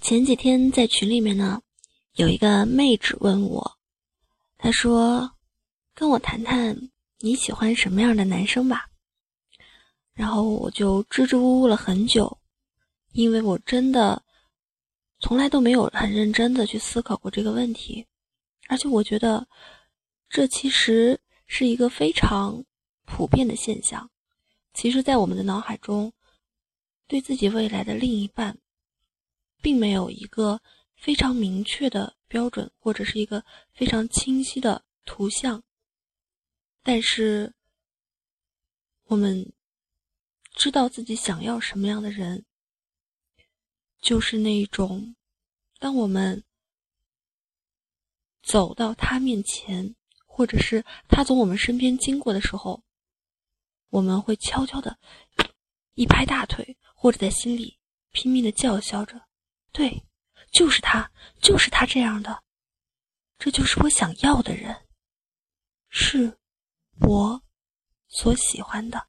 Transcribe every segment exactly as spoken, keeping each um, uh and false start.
前几天在群里面呢，有一个妹纸问我，她说跟我谈谈你喜欢什么样的男生吧。然后我就支支吾吾了很久，因为我真的从来都没有很认真的去思考过这个问题，而且我觉得这其实是一个非常普遍的现象。其实在我们的脑海中，对自己未来的另一半并没有一个非常明确的标准，或者是一个非常清晰的图像，但是我们知道自己想要什么样的人，就是那种当我们走到他面前，或者是他从我们身边经过的时候，我们会悄悄的一拍大腿，或者在心里拼命的叫嚣着，对，就是他，就是他这样的，这就是我想要的人，是我所喜欢的。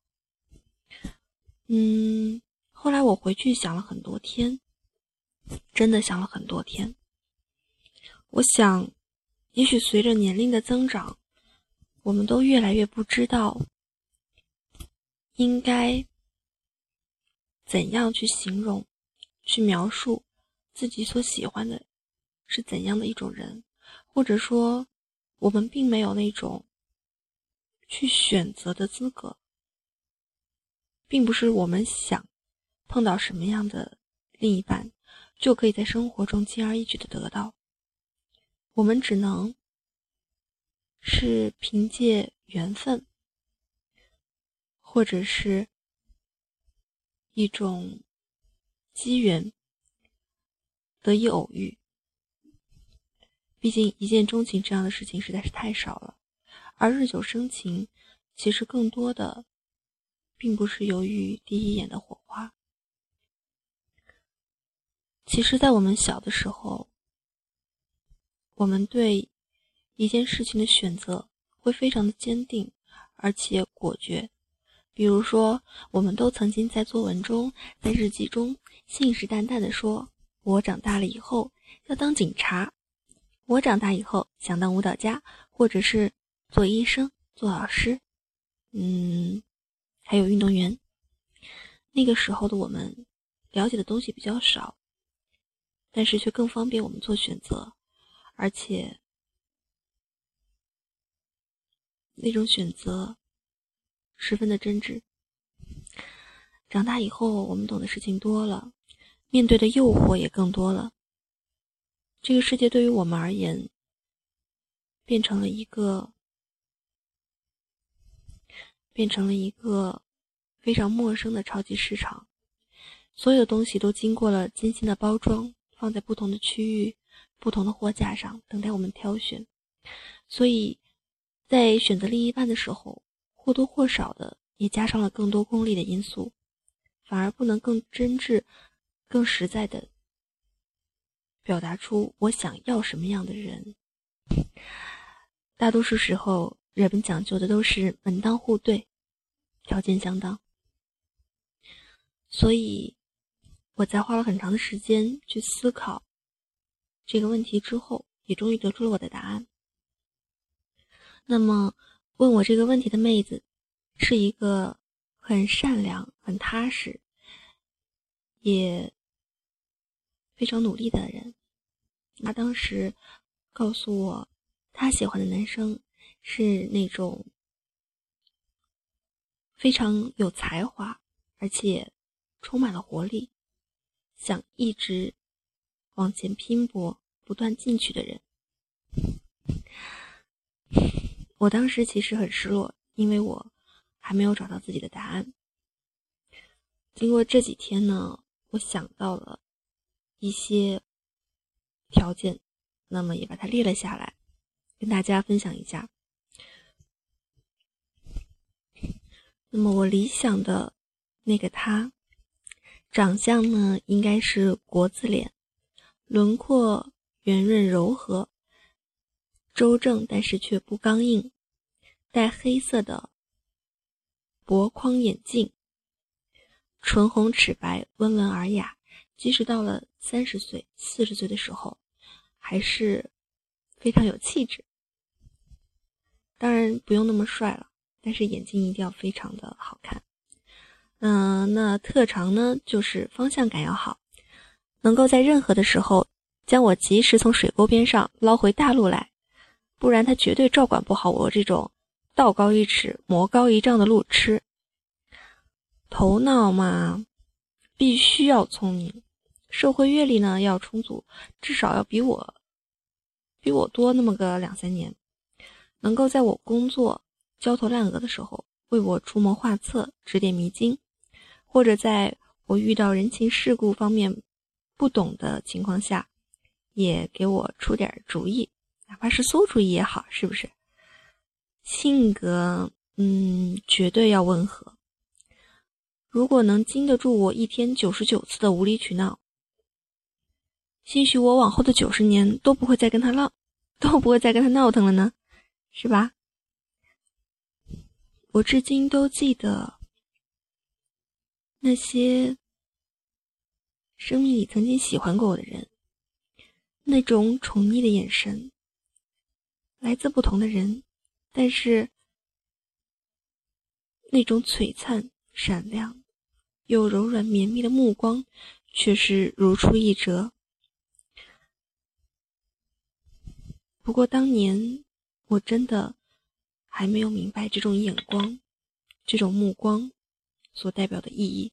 嗯，后来我回去想了很多天，真的想了很多天。我想，也许随着年龄的增长，我们都越来越不知道应该怎样去形容、去描述自己所喜欢的是怎样的一种人，或者说，我们并没有那种去选择的资格，并不是我们想碰到什么样的另一半，就可以在生活中轻而易举的得到。我们只能是凭借缘分，或者是一种机缘得以偶遇。毕竟一见钟情这样的事情实在是太少了，而日久生情其实更多的并不是由于第一眼的火花。其实在我们小的时候，我们对一件事情的选择会非常的坚定，而且果决。比如说，我们都曾经在作文中，在日记中信誓旦旦地说，我长大了以后要当警察，我长大以后想当舞蹈家，或者是做医生、做老师，嗯，还有运动员。那个时候的我们了解的东西比较少，但是却更方便我们做选择，而且那种选择十分的真挚。长大以后，我们懂的事情多了，面对的诱惑也更多了。这个世界对于我们而言，变成了一个变成了一个非常陌生的超级市场。所有的东西都经过了精心的包装，放在不同的区域、不同的货架上，等待我们挑选。所以在选择另一半的时候，或多或少的也加上了更多功利的因素，反而不能更真挚、更实在的表达出我想要什么样的人。大多数时候，人们讲究的都是门当户对，条件相当。所以我在花了很长的时间去思考这个问题之后，也终于得出了我的答案。那么问我这个问题的妹子是一个很善良、很踏实，也非常努力的人。她当时告诉我，她喜欢的男生是那种非常有才华，而且充满了活力，想一直往前拼搏、不断进取的人。我当时其实很失落，因为我还没有找到自己的答案。经过这几天呢，我想到了一些条件，那么也把它列了下来，跟大家分享一下。那么我理想的那个他，长相呢应该是国字脸，轮廓圆润柔和，周正但是却不刚硬，戴黑色的薄框眼镜，唇红齿白，温文尔雅，即使到了三十岁、四十岁的时候，还是非常有气质。当然不用那么帅了，但是眼睛一定要非常的好看。嗯、呃，那特长呢，就是方向感要好，能够在任何的时候将我及时从水沟边上捞回大陆来，不然他绝对照管不好我这种道高一尺魔高一丈的路痴。头脑嘛，必须要聪明，社会阅历呢要充足，至少要比我比我多那么个两三年，能够在我工作焦头烂额的时候为我出谋划策，指点迷津，或者在我遇到人情世故方面不懂的情况下，也给我出点主意，哪怕是馊主意也好，是不是？性格，嗯，绝对要温和。如果能经得住我一天九十九次的无理取闹，兴许我往后的九十年都不会再跟他闹，都不会再跟他闹腾了呢，是吧？我至今都记得那些生命里曾经喜欢过我的人，那种宠溺的眼神，来自不同的人，但是那种璀璨闪亮又柔软绵密的目光却是如出一辙。不过当年我真的还没有明白这种眼光，这种目光所代表的意义。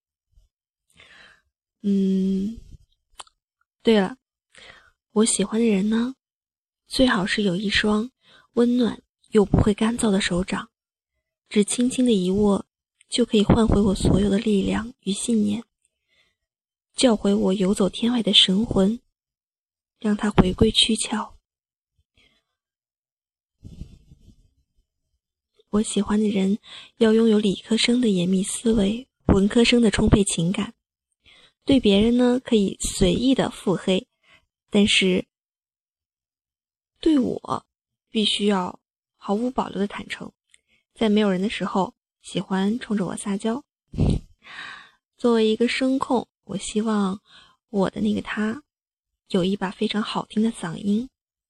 嗯，对了，我喜欢的人呢，最好是有一双温暖又不会干燥的手掌，只轻轻的一握就可以唤回我所有的力量与信念，叫回我游走天外的神魂，让它回归躯壳。我喜欢的人要拥有理科生的严密思维，文科生的充沛情感，对别人呢可以随意的腹黑，但是对我必须要毫无保留的坦诚，在没有人的时候喜欢冲着我撒娇。作为一个声控，我希望我的那个他有一把非常好听的嗓音，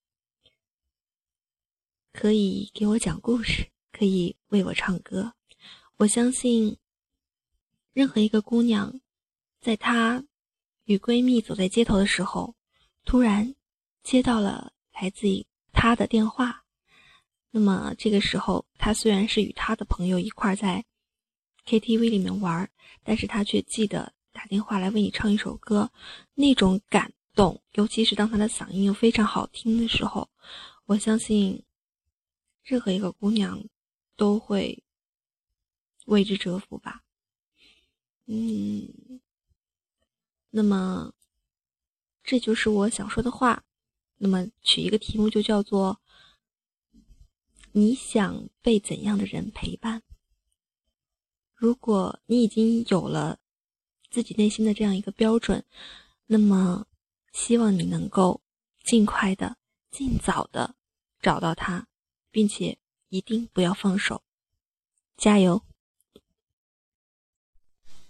可以给我讲故事，可以为我唱歌。我相信任何一个姑娘在她与闺蜜走在街头的时候，突然接到了来自于她的电话，那么这个时候她虽然是与她的朋友一块在 K T V 里面玩，但是她却记得打电话来为你唱一首歌，那种感动，尤其是当她的嗓音又非常好听的时候，我相信任何一个姑娘都会为之折服吧。嗯，那么这就是我想说的话。那么取一个题目就叫做你想被怎样的人陪伴。如果你已经有了自己内心的这样一个标准，那么希望你能够尽快的尽早的找到他，并且一定不要放手。加油。